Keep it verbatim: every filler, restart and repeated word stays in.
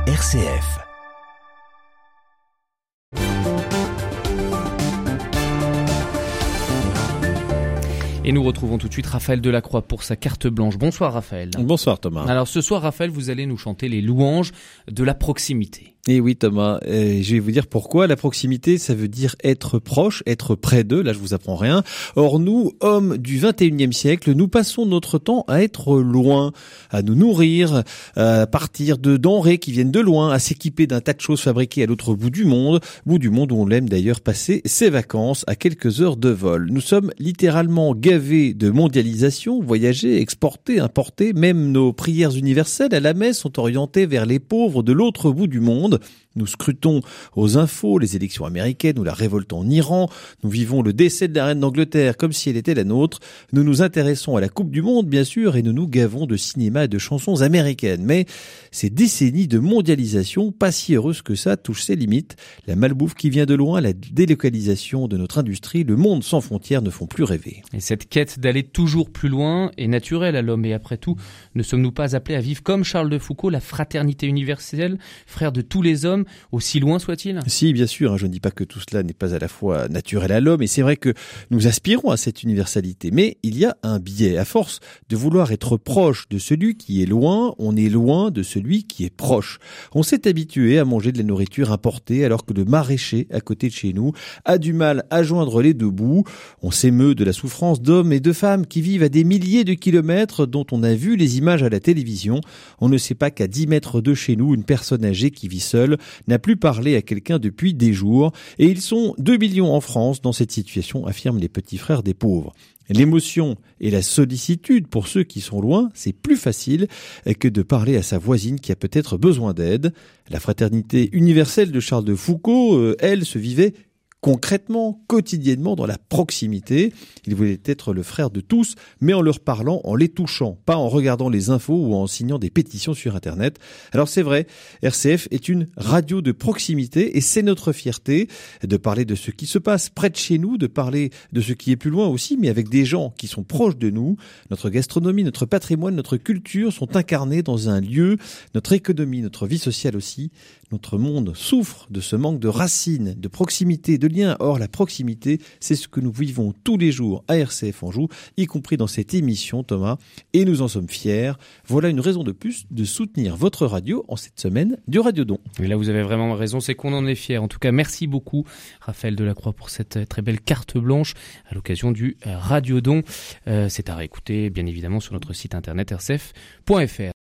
R C F. Et nous retrouvons tout de suite Raphaël Delacroix pour sa carte blanche. Bonsoir Raphaël. Bonsoir Thomas. Alors ce soir Raphaël, vous allez nous chanter les louanges de la proximité. Et oui Thomas, et je vais vous dire pourquoi. La proximité, ça veut dire être proche, être près d'eux, là je vous apprends rien. Or nous, hommes du vingt et unième siècle, nous passons notre temps à être loin, à nous nourrir, à partir de denrées qui viennent de loin, à s'équiper d'un tas de choses fabriquées à l'autre bout du monde, bout du monde où on aime d'ailleurs passer ses vacances à quelques heures de vol. Nous sommes littéralement gavés de mondialisation, voyager, exporter, importer, même nos prières universelles à la messe sont orientées vers les pauvres de l'autre bout du monde. Nous scrutons aux infos les élections américaines ou la révolte en Iran. Nous vivons le décès de la reine d'Angleterre comme si elle était la nôtre. Nous nous intéressons à la Coupe du Monde, bien sûr, et nous nous gavons de cinéma et de chansons américaines. Mais ces décennies de mondialisation, pas si heureuses que ça, touchent ses limites. La malbouffe qui vient de loin, la délocalisation de notre industrie, le monde sans frontières ne font plus rêver. Et cette quête d'aller toujours plus loin est naturelle à l'homme. Et après tout, ne sommes-nous pas appelés à vivre comme Charles de Foucault, la fraternité universelle, frère de tous les hommes, aussi loin soit-il? Si, bien sûr, je ne dis pas que tout cela n'est pas à la fois naturel à l'homme, et c'est vrai que nous aspirons à cette universalité, mais il y a un biais. À force de vouloir être proche de celui qui est loin, on est loin de celui qui est proche. On s'est habitué à manger de la nourriture importée, alors que le maraîcher, à côté de chez nous, a du mal à joindre les deux bouts. On s'émeut de la souffrance d'hommes et de femmes qui vivent à des milliers de kilomètres, dont on a vu les images à la télévision. On ne sait pas qu'à dix mètres de chez nous, une personne âgée qui vit seule n'a plus parlé à quelqu'un depuis des jours. Et ils sont deux millions en France dans cette situation, affirment les petits frères des pauvres. L'émotion et la sollicitude pour ceux qui sont loin, c'est plus facile que de parler à sa voisine qui a peut-être besoin d'aide. La fraternité universelle de Charles de Foucault, euh, elle, se vivait concrètement, quotidiennement, dans la proximité. Il voulait être le frère de tous, mais en leur parlant, en les touchant, pas en regardant les infos ou en signant des pétitions sur Internet. Alors c'est vrai, R C F est une radio de proximité et c'est notre fierté de parler de ce qui se passe près de chez nous, de parler de ce qui est plus loin aussi, mais avec des gens qui sont proches de nous. Notre gastronomie, notre patrimoine, notre culture sont incarnés dans un lieu, notre économie, notre vie sociale aussi. Notre monde souffre de ce manque de racines, de proximité, de liens. Or, la proximité, c'est ce que nous vivons tous les jours à R C F Anjou, y compris dans cette émission, Thomas, et nous en sommes fiers. Voilà une raison de plus de soutenir votre radio en cette semaine du Radiodon. Et là, vous avez vraiment raison, c'est qu'on en est fiers. En tout cas, merci beaucoup, Raphaël Delacroix, pour cette très belle carte blanche à l'occasion du Radiodon. Euh, c'est à réécouter, bien évidemment, sur notre site internet r c f point f r.